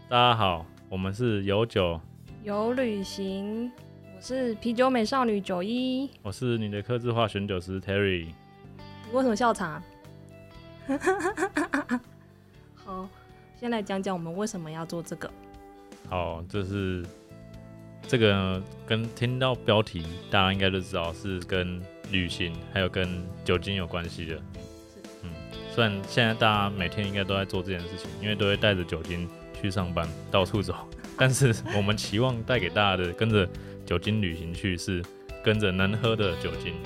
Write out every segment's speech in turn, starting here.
大家好，我们是有酒有旅行，我是啤酒美少女91。 我是你的客制化选酒师 Terry。 你为什么笑场？好，先来讲讲我们为什么要做这个。 好，就是这个跟听到标题，大家应该都知道是跟旅行还有跟酒精有关系的。虽然现在大家每天应该都在做这件事情，因为都会带着酒精去上班，到处走。但是我们期望带给大家的，跟着酒精旅行去，是跟着能喝的酒精。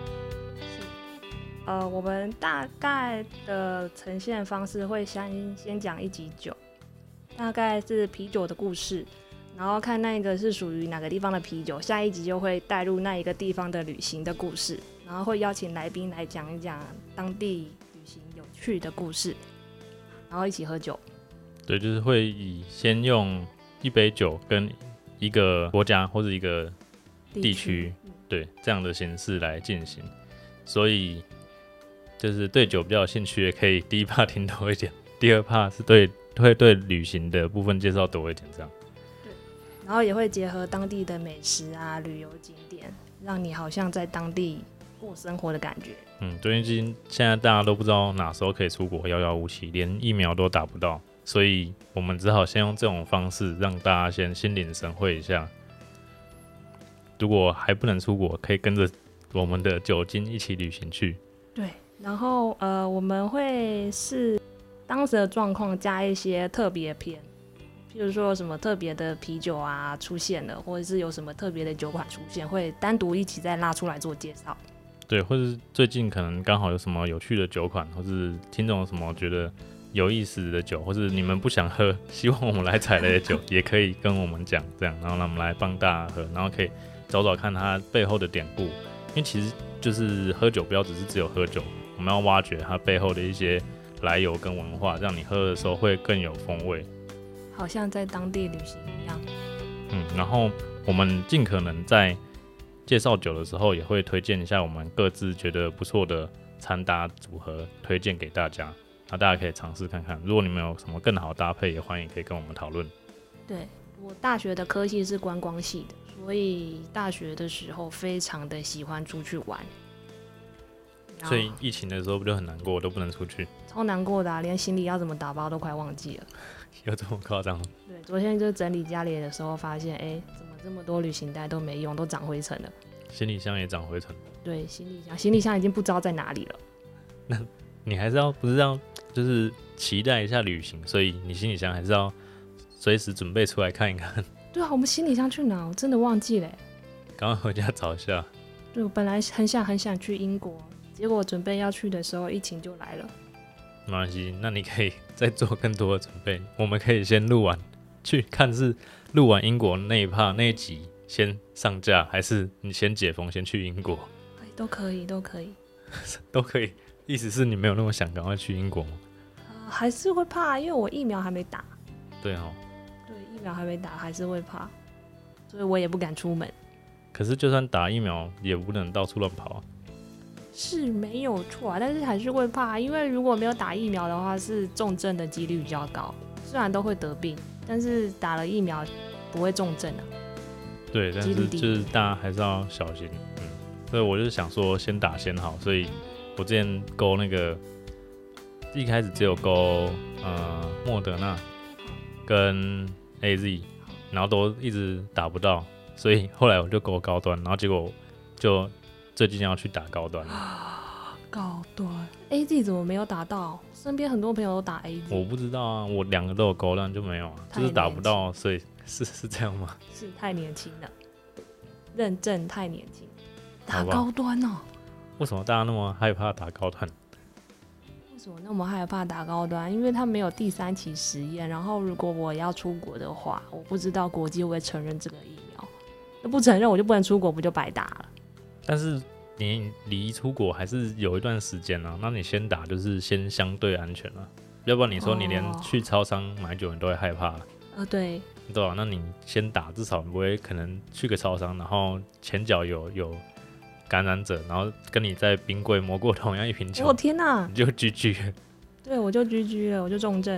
我们大概的呈现方式会先讲一集酒，大概是啤酒的故事，然后看那个是属于哪个地方的啤酒，下一集就会带入那一个地方的旅行的故事，然后会邀请来宾来讲一讲当地旅行有趣的故事，然后一起喝酒。 对，就是会先用一杯酒跟一个国家或者一个地区，对这样的形式来进行。所以就是对酒比较有兴趣，也可以第一 part 听多一点，第二 part 是会对旅行的部分介绍多一点，这样。 对，然后也会结合当地的美食啊、旅游景点，让你好像在当地过生活的感觉。 对，因为现在大家都不知道哪时候可以出国，遥遥无期，连疫苗都打不到。所以我们只好先用这种方式让大家先心领神会一下。如果还不能出国，可以跟着我们的酒精一起旅行去。 对，然后我们会是当时的状况加一些特别篇，譬如说什么特别的啤酒啊出现了，或者是有什么特别的酒款出现，会单独一起再拉出来做介绍。 对，或是最近可能刚好有什么有趣的酒款，或是听众有什么觉得有意思的酒，或是你们不想喝，希望我们来踩雷的酒，也可以跟我们讲，这样，然后让我们来帮大家喝，然后可以找找看它背后的典故，因为其实就是喝酒，不要只是只有喝酒，我们要挖掘它背后的一些来由跟文化，让你喝的时候会更有风味， 好像在当地旅行一样。 然后我们尽可能在介绍酒的时候，也会推荐一下我们各自觉得不错的餐搭组合，推荐给大家。那大家可以尝试看看，如果你们有什么更好的搭配，也欢迎可以跟我们讨论。 对，我大学的科系是观光系的，所以大学的时候非常的喜欢出去玩。 所以疫情的时候不就很难过，都不能出去， 超难过的啊，连行李要怎么打包都快忘记了。 有这么夸张？ 对，昨天就整理家里的时候发现，怎么这么多旅行袋都没用，都长灰尘了。 行李箱也长灰尘。 对，行李箱已经不知道在哪里了。 那你还是要不是要就是期待一下旅行，所以你行李箱还是要随时准备出来看一看。 对啊，我们行李箱去哪？我真的忘记了。 赶快回家找一下。 对，我本来很想去英国，结果准备要去的时候，疫情就来了。 没关系，那你可以再做更多的准备。我们可以先录完，去看是录完英国那一 part 那一集先上架，还是你先解封先去英国？ 都可以，都可以， 都可以。意思是你没有那么想赶快去英国吗？ 还是会怕，因为我疫苗还没打。 对哦。 对，疫苗还没打，还是会怕，所以我也不敢出门。 可是就算打疫苗，也不能到处乱跑啊。 是没有错啊，但是还是会怕，因为如果没有打疫苗的话，是重症的几率比较高。虽然都会得病，但是打了疫苗不会重症啊。 对，但是就是大家还是要小心。所以我就是想说，先打先好。所以我之前勾那个，一开始只有勾莫德纳跟 AZ， 然后都一直打不到，所以后来我就勾高端，然后结果就最近要去打高端了。 高端 AZ 怎么没有打到？身边很多朋友都打 AZ。 我不知道啊，我两个都有勾，但就没有啊，就是打不到，所以是这样吗？ 是太年轻了，认证太年轻，打高端哦。 为什么大家那么害怕打高端？ 为什么那么害怕打高端？因为它没有第3期实验，然后如果我要出国的话，我不知道国际会不会承认这个疫苗。那不承认我就不能出国，不就白打了？但是你离出国还是有一段时间啊，那你先打就是先相对安全啊，要不然你说你连去超商买酒你都会害怕。 对。 对啊，那你先打，至少你不会可能去个超商，然后前脚有感染者，然后跟你在冰柜摸过同样一瓶酒， 我天哪， 你就 GG 了。 对，我就 GG 了，我就重症。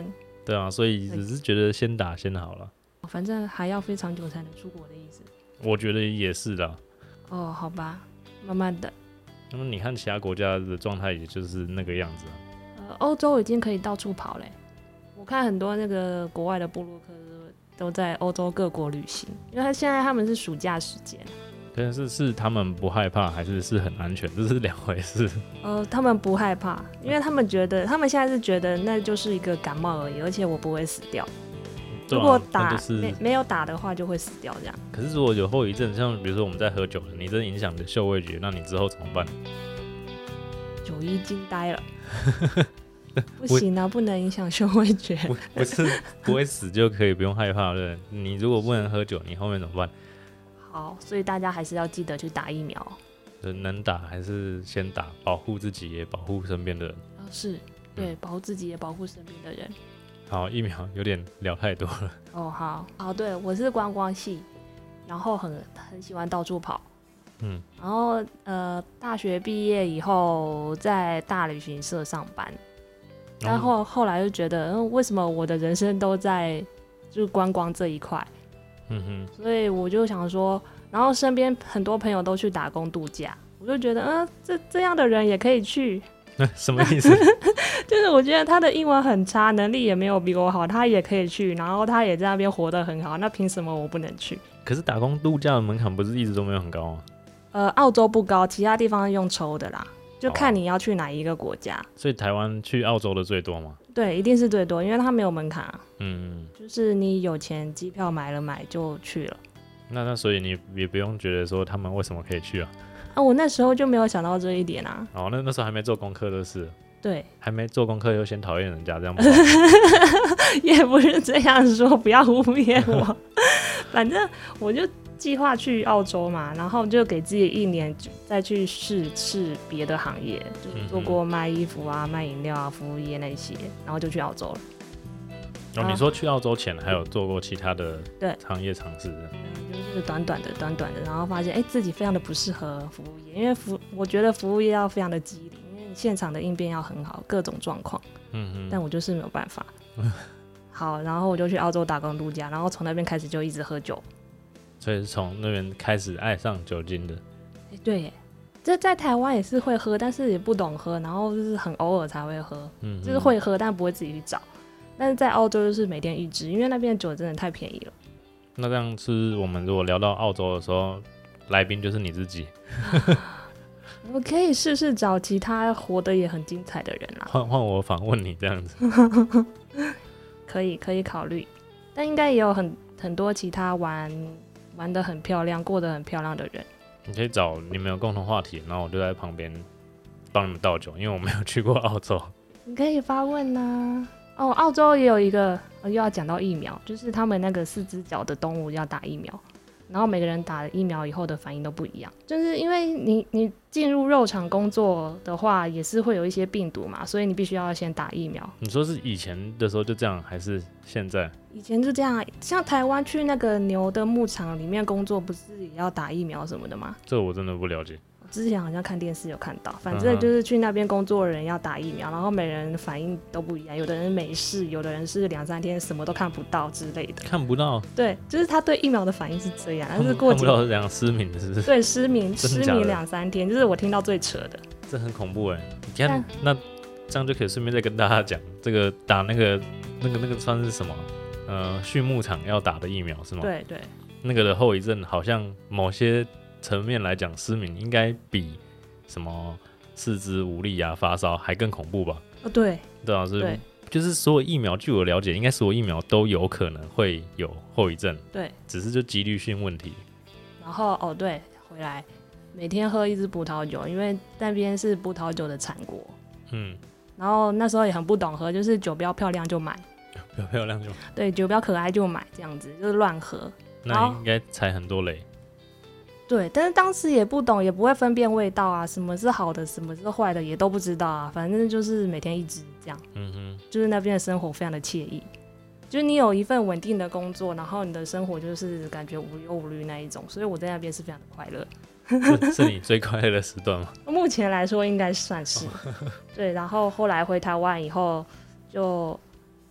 对啊，所以只是觉得先打先好了。 反正还要非常久才能出国的意思。 我觉得也是的。 哦，好吧，慢慢等。 那么你看其他国家的状态，也就是那个样子啊。 欧洲已经可以到处跑嘞。我看很多那个国外的部落客都在欧洲各国旅行，因为现在他们是暑假时间。 但是他们不害怕，还是很安全，这是两回事。 他们不害怕，因为他们现在是觉得那就是一个感冒而已，而且我不会死掉。如果打、没有打的话，就会死掉这样。 可是如果有后遗症，像比如说我们在喝酒了，你这影响你的嗅味觉，那你之后怎么办？ 酒医惊呆了。不行啊，不能影响嗅味觉。 不是不会死就可以不用害怕，对不对？你如果不能喝酒，你后面怎么办？ 好，所以大家还是要记得去打疫苗。 能打还是先打，保护自己也保护身边的人。 是，对，保护自己也保护身边的人。 好，疫苗有点聊太多了。 好，对，我是观光系，然后很喜欢到处跑。然后大学毕业以后在大旅行社上班，然后后来就觉得，为什么我的人生都在就是观光这一块？所以我就想说，然后身边很多朋友都去打工度假，我就觉得，这样的人也可以去。 什么意思？ 就是我觉得他的英文很差，能力也没有比我好，他也可以去，然后他也在那边活得很好，那凭什么我不能去？ 可是打工度假的门槛不是一直都没有很高吗？ 澳洲不高，其他地方用抽的啦，就看你要去哪一个国家。 所以台湾去澳洲的最多吗？ 对，一定是最多，因为它没有门槛啊。就是你有钱，机票买就去了。 那所以你也不用觉得说他们为什么可以去啊？ 我那时候就没有想到这一点啊。 那时候还没做功课就是。 对， 还没做功课就先讨厌人家，这样不好。 也不是这样说，不要污蔑我。反正我就计划去澳洲嘛，然后就给自己1年再去试别的行业，就是做过卖衣服啊、卖饮料啊、服务业那些，然后就去澳洲了。 你说去澳洲前还有做过其他的行业尝试？ 就是短短的，然后发现自己非常的不适合服务业，因为我觉得服务业要非常的机灵，因为现场的应变要很好，各种状况。但我就是没有办法。好，然后我就去澳洲打工度假，然后从那边开始就一直喝酒。 所以是从那边开始爱上酒精的。 对耶，这在台湾也是会喝，但是也不懂喝，然后就是很偶尔才会喝。就是会喝，但不会自己去找。但是在澳洲就是每天1支，因为那边的酒真的太便宜了。 那这样是我们如果聊到澳洲的时候，来宾就是你自己。 我可以试试找其他活得也很精彩的人啦。 换我访问你这样子。 可以考虑，但应该也有很多其他玩得很漂亮、过得很漂亮的人。 你可以找你们有共同话题，然后我就在旁边帮你们倒酒，因为我没有去过澳洲。 你可以发问啊。澳洲也有一个又要讲到疫苗，就是他们那个4只脚的动物要打疫苗，然后每个人打了疫苗以后的反应都不一样，就是因为你进入肉场工作的话，也是会有一些病毒嘛，所以你必须要先打疫苗。 你说是以前的时候就这样，还是现在？ 以前就这样，像台湾去那个牛的牧场里面工作，不是也要打疫苗什么的吗？ 这我真的不了解。 之前好像看电视有看到，反正就是去那边工作的人要打疫苗，然后每人反应都不一样，有的人没事，有的人是2-3天什么都看不到之类的。看不到？ 对，就是他对疫苗的反应是这样，但是过看不到是这样失明的，是不是？ 对，失明2-3天，就是我听到最扯的。 这很恐怖哎！你看，那这样就可以顺便再跟大家讲，这个打那个算是什么？畜牧场要打的疫苗是吗？ 对， 那个的后遗症好像某些层面来讲，失明应该比什么四肢无力啊、发烧还更恐怖吧？ 对啊，就是所有疫苗，据我了解，应该所有疫苗都有可能会有后遗症， 对， 只是就几率性问题。 然后对，回来每天喝1支葡萄酒，因为那边是葡萄酒的产国。然后那时候也很不懂喝，就是酒标漂亮就买， 漂亮就买， 对，酒标可爱就买，这样子就是乱喝。 那应该踩很多雷。 对，但是当时也不懂，也不会分辨味道啊，什么是好的，什么是坏的，也都不知道啊。反正就是每天1支这样。就是那边的生活非常的惬意，就是你有一份稳定的工作，然后你的生活就是感觉无忧无虑那一种，所以我在那边是非常的快乐。 是你最快乐的时段吗？ 目前来说应该算是。对，然后后来回台湾以后，就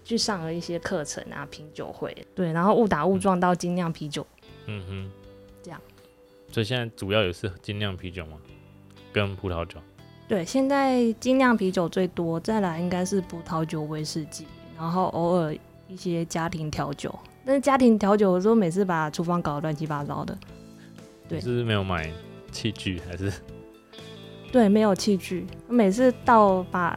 去上了一些课程啊，品酒会，对，然后误打误撞到精酿啤酒，这样。 所以现在主要也是精酿啤酒吗？跟葡萄酒？ 对，现在精酿啤酒最多，再来应该是葡萄酒、威士忌，然后偶尔一些家庭调酒。但是家庭调酒的时候，每次把厨房搞得乱七八糟的。对， 你是没有买器具还是？ 对，没有器具，每次把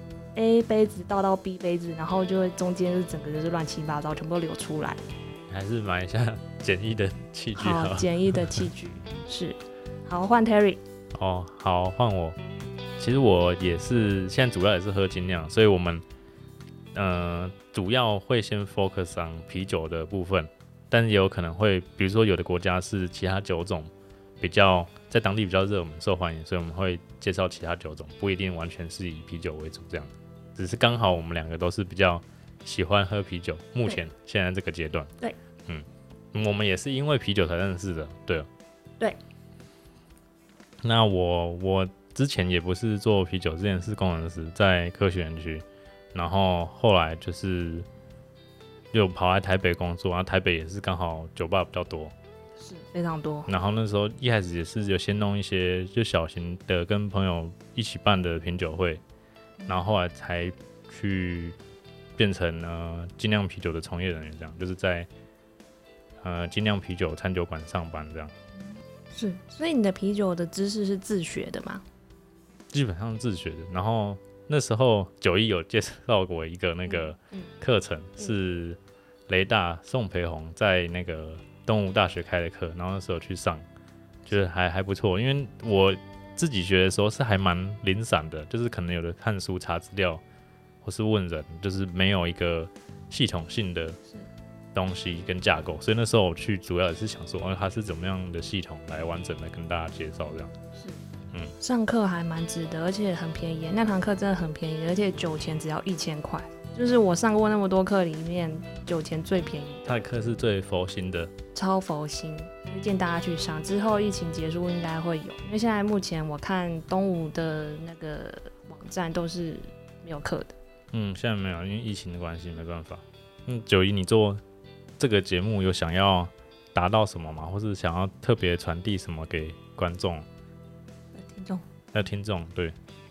A 杯子倒到 B 杯子，然后就会中间是整个就是乱七八糟，全部都流出来。 还是买一下简易的器具好。 好，简易的器具是。好，换 Terry。 哦，好，换我。其实我也是，现在主要也是喝精酿，所以我们主要会先 focus on 啤酒的部分，但是也有可能会，比如说有的国家是其他酒种比较在当地比较热门受欢迎，所以我们会介绍其他酒种，不一定完全是以啤酒为主这样。只是刚好我们两个都是比较喜欢喝啤酒，目前现在这个阶段。 对， 我们也是因为啤酒才认识的，对。 对。 那我之前也不是做啤酒，之前是工程师，在科学园区，然后后来就是又跑来台北工作，然后台北也是刚好酒吧比较多， 是非常多。 然后那时候一开始也是有先弄一些就小型的跟朋友一起办的品酒会，然后后来才去变成精酿啤酒的从业人员，这样就是在精酿啤酒餐酒馆上班这样。 是，所以你的啤酒的知识是自学的吗？ 基本上自学的。然后那时候91有介绍过一个那个课程，是雷大宋培宏在那个东吴大学开的课，然后那时候去上，觉得还不错。因为我自己学的时候是还蛮零散的，就是可能有的看书查资料，或是问人，就是没有一个系统性的东西跟架构，所以那时候我去主要也是想说，它是怎么样的系统来完整的跟大家介绍这样。 是，上课还蛮值得，而且很便宜，那堂课真的很便宜，而且酒钱只要1000块，就是我上过那么多课里面酒钱最便宜。 他的课是最佛心的， 超佛心，推荐大家去上。之后疫情结束应该会有，因为现在目前我看东吴的那个网站都是没有课的。 现在没有，因为疫情的关系没办法。91你做这个节目有想要达到什么吗？或是想要特别传递什么给观众、听众？对，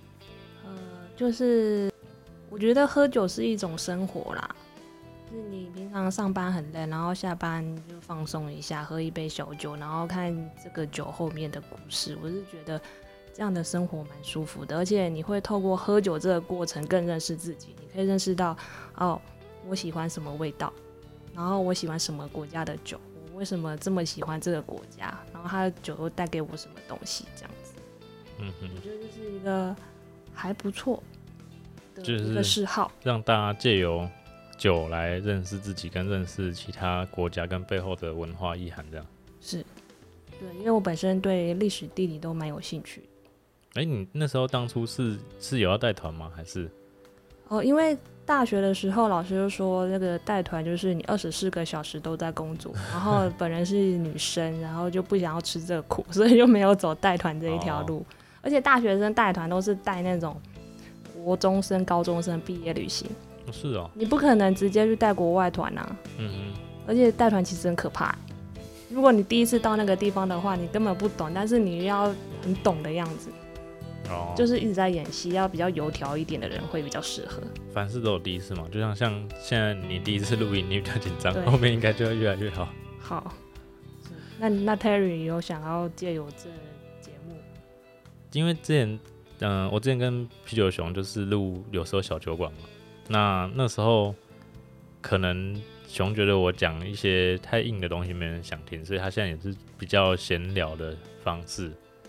就是我觉得喝酒是一种生活啦，就是你平常上班很累，然后下班就放松一下，喝一杯小酒，然后看这个酒后面的故事。我是觉得这样的生活蛮舒服的，而且你会透过喝酒这个过程更认识自己。你可以认识到，我喜欢什么味道。然后我喜欢什么国家的酒，我为什么这么喜欢这个国家，然后它的酒又带给我什么东西，这样子。我觉得这是一个还不错的一个嗜好， 让大家借由酒来认识自己，跟认识其他国家跟背后的文化意涵，这样。 是，对，因为我本身对历史地理都蛮有兴趣。 你那时候当初是有要带团吗？还是？ 因为大学的时候，老师就说那个带团就是你24个小时都在工作，然后本人是女生，然后就不想要吃这个苦，所以就没有走带团这一条路。而且大学生带团都是带那种国中生、高中生毕业旅行。 是哦， 你不可能直接去带国外团啊。而且带团其实很可怕。如果你第一次到那个地方的话，你根本不懂，但是你要很懂的样子。就是一直在演戏，要比较油条一点的人会比较适合。 凡事都有第一次嘛，就像现在你第一次录音，你比较紧张，后面应该就会越来越好。 好，那 Terry 有想要借由这节目？ 因为之前，我之前跟啤酒熊就是录有时候小酒馆嘛，那时候可能熊觉得我讲一些太硬的东西没人想听，所以他现在也是比较闲聊的方式。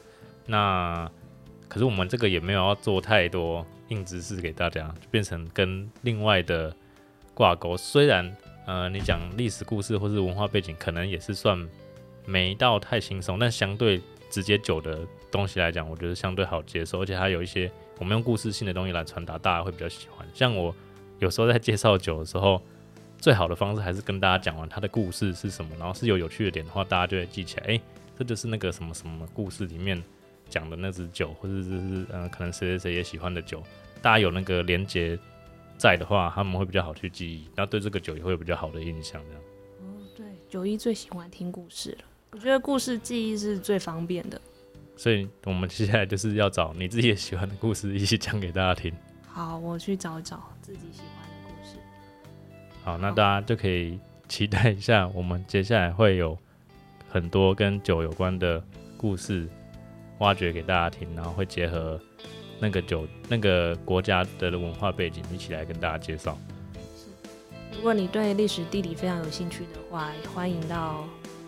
可是我们这个也没有要做太多硬知识给大家，就变成跟另外的挂钩。虽然你讲历史故事或是文化背景，可能也是算没到太轻松，但相对直接酒的东西来讲，我觉得相对好接受，而且它有一些我们用故事性的东西来传达，大家会比较喜欢。像我有时候在介绍酒的时候，最好的方式还是跟大家讲完它的故事是什么，然后是有趣的点的话，大家就会记起来，这就是那个什么什么故事里面讲的那支酒，或者是可能谁谁谁也喜欢的酒，大家有那个连结在的话，他们会比较好去记忆，然后对这个酒也会有比较好的印象。这样。 对，91最喜欢听故事了。我觉得故事记忆是最方便的。 所以我们接下来就是要找你自己也喜欢的故事，一起讲给大家听。 好，我去找找自己喜欢的故事。 好，那大家就可以期待一下，我们接下来会有很多跟酒有关的故事挖掘给大家听，然后会结合那个酒、那个国家的文化背景一起来跟大家介绍。 如果你对历史地理非常有兴趣的话，欢迎到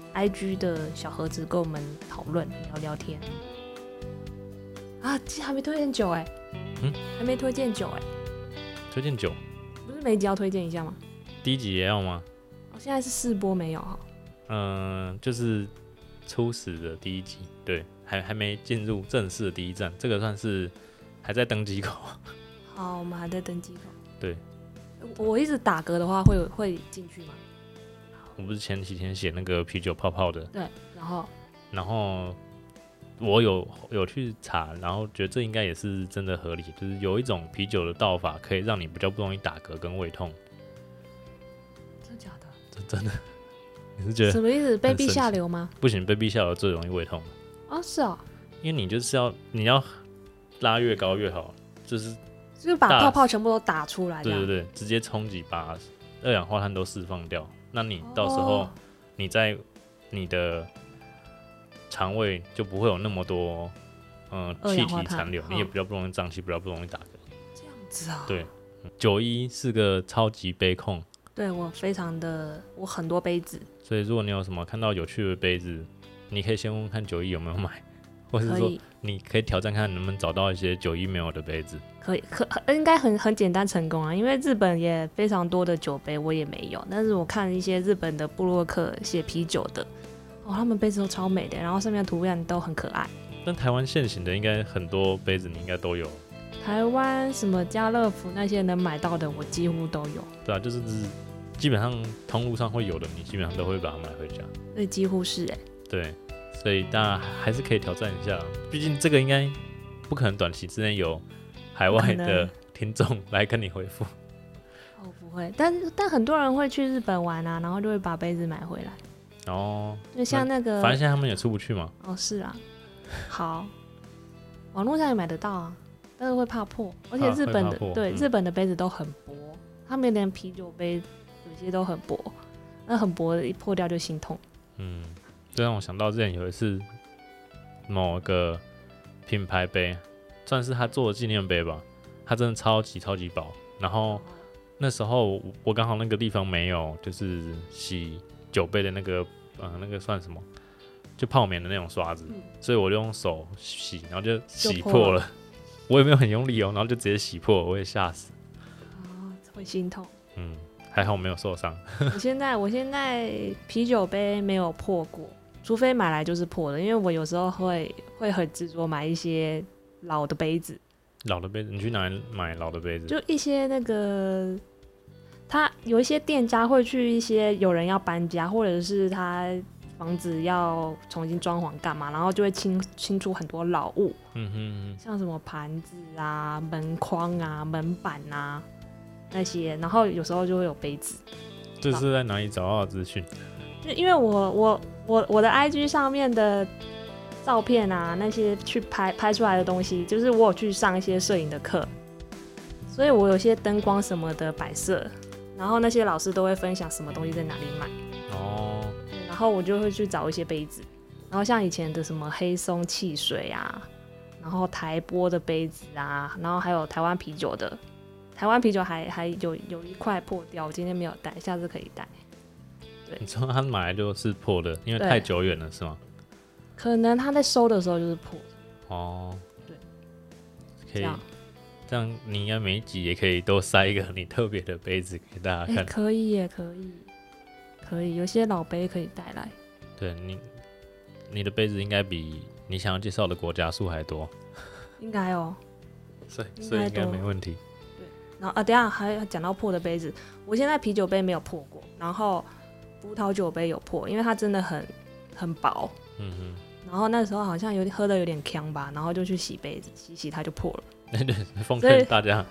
IG 的小盒子跟我们讨论聊聊天。啊，还没推荐酒哎、还没推荐酒哎、 推荐酒， 不是每一集要推荐一下吗？ 第一集也要吗？ 现在是试播没有哈？ 就是初始的第一集，对，还没进入正式的第一站，这个算是还在登机口。 好，我们还在登机口。 对， 我一直打嗝的话会进去吗？ 我不是前几天写那个啤酒泡泡的， 对，然后我有去查，然后觉得这应该也是真的合理，就是有一种啤酒的倒法可以让你比较不容易打嗝跟胃痛。 真的假的？ 真的，你是觉得什么意思？卑鄙下流吗？ 不行，卑鄙下流最容易胃痛哦，是哦， 因为你要拉越高越好，就是把泡泡全部都打出来。 对对对，直接冲击把二氧化碳都释放掉。那你到时候你在你的肠胃就不会有那么多气体残留，你也比较不容易胀气，比较不容易打嗝。 这样子啊？ 对，91是个超级杯控。 对，我很多杯子， 所以如果你有什么看到有趣的杯子，你可以先问问看91有没有买，或是说你可以挑战看能不能找到一些91没有的杯子。 应该很简单成功啊，因为日本也非常多的酒杯，我也没有。但是我看一些日本的部落客写啤酒的，他们杯子都超美的，然后上面的图案都很可爱。 但台湾现行的应该很多杯子你应该都有。 台湾什么家乐福那些能买到的，我几乎都有。 对啊，就是基本上通路上会有的，你基本上都会把它买回家。 对，几乎是对，所以大家还是可以挑战一下，毕竟这个应该不可能短期之内有海外的听众来跟你回复。 不会，但很多人会去日本玩啊，然后就会把杯子买回来。就像那个， 反正现在他们也出不去嘛。 是啊。好，网络上也买得到啊，但是会怕破，而且日本的杯子都很薄，他们连啤酒杯有些都很薄，那很薄的一破掉就心痛。 这让我想到之前有一次某个品牌杯，算是他做的纪念杯吧，它真的超级超级薄。然后那时候我刚好那个地方没有，就是洗酒杯的那个那个算什么，就泡棉的那种刷子，所以我就用手洗，然后就洗破了。我也没有很用力然后就直接洗破了，我也吓死。 会心痛。 还好没有受伤。 我现在啤酒杯没有破过，除非买来就是破的，因为我有时候会很执着买一些老的杯子。 老的杯子，你去哪里买老的杯子？ 就一些那个，他有一些店家会去一些有人要搬家，或者是他房子要重新装潢干嘛，然后就会清出很多老物，像什么盘子啊、门框啊、门板啊那些，然后有时候就会有杯子。 这是在哪里找到的资讯？ 就因为我的 IG 上面的照片啊，那些去拍出来的东西，就是我有去上一些摄影的课，所以我有些灯光什么的摆设，然后那些老师都会分享什么东西在哪里买。然后我就会去找一些杯子，然后像以前的什么黑松汽水啊，然后台玻的杯子啊，然后还有台湾啤酒的，台湾啤酒还有一块破掉，我今天没有带，下次可以带。对， 你说他买来就是破的，因为太久远了是吗？ 可能他在收的时候就是破的。对， 可以这样，你应该每一集也可以都塞一个你特别的杯子给大家看。 可以耶，可以，有些老杯可以带来。 对，你的杯子应该比你想要介绍的国家数还多。 应该所以应该没问题。 对，然后等一下还讲到破的杯子，我现在啤酒杯没有破过，然后葡萄酒杯有破，因为它真的很薄。然后那时候好像喝的有点呛吧，然后就去洗杯子，洗它就破了。 对，奉劝大家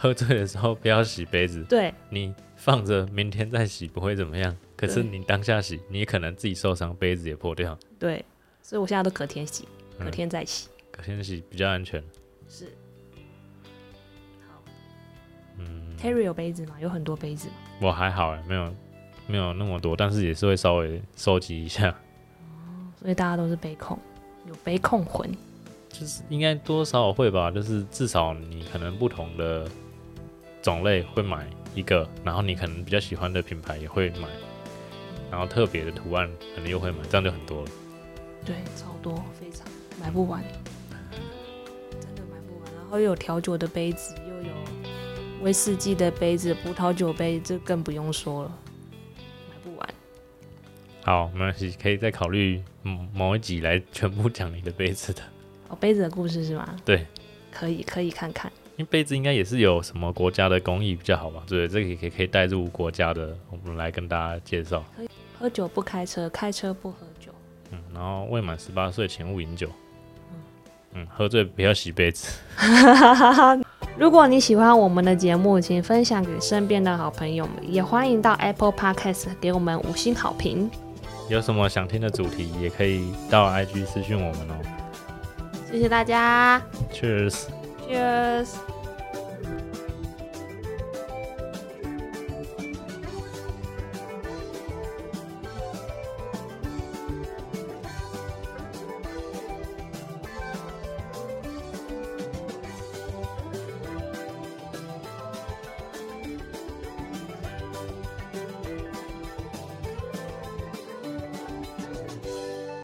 喝醉的时候不要洗杯子， 对你放着明天再洗不会怎么样，可是你当下洗，你可能自己受伤，杯子也破掉。 对，所以我现在都隔天洗，隔天再洗， 隔天洗比较安全。 是。Terry 有杯子吗？有很多杯子吗？ 我还好没有那么多，但是也是会稍微收集一下。 所以大家都是杯控，有杯控魂。 就是应该多多少少会吧，就是至少你可能不同的种类会买一个，然后你可能比较喜欢的品牌也会买，然后特别的图案可能又会买，这样就很多了。 对，超多，非常买不完，真的买不完。然后又有调酒的杯子，又有威士忌的杯子、葡萄酒杯，这更不用说了，买不完。 好，没关系，可以再考虑某一集来全部讲你的杯子的。 哦，杯子的故事是吗？ 对， 可以看看。 因为杯子应该也是有什么国家的工艺比较好吧？对，这个也可以带入国家的，我们来跟大家介绍。 喝酒不开车，开车不喝酒。 然后未满18岁请勿饮酒。喝醉不要洗杯子。 如果你喜欢我们的节目，请分享给身边的好朋友们，也欢迎到 Apple Podcast 给我们5星好评。 有什么想听的主题，也可以到 IG 私讯我们哦。 谢谢大家 Cheers。 ，Cheers。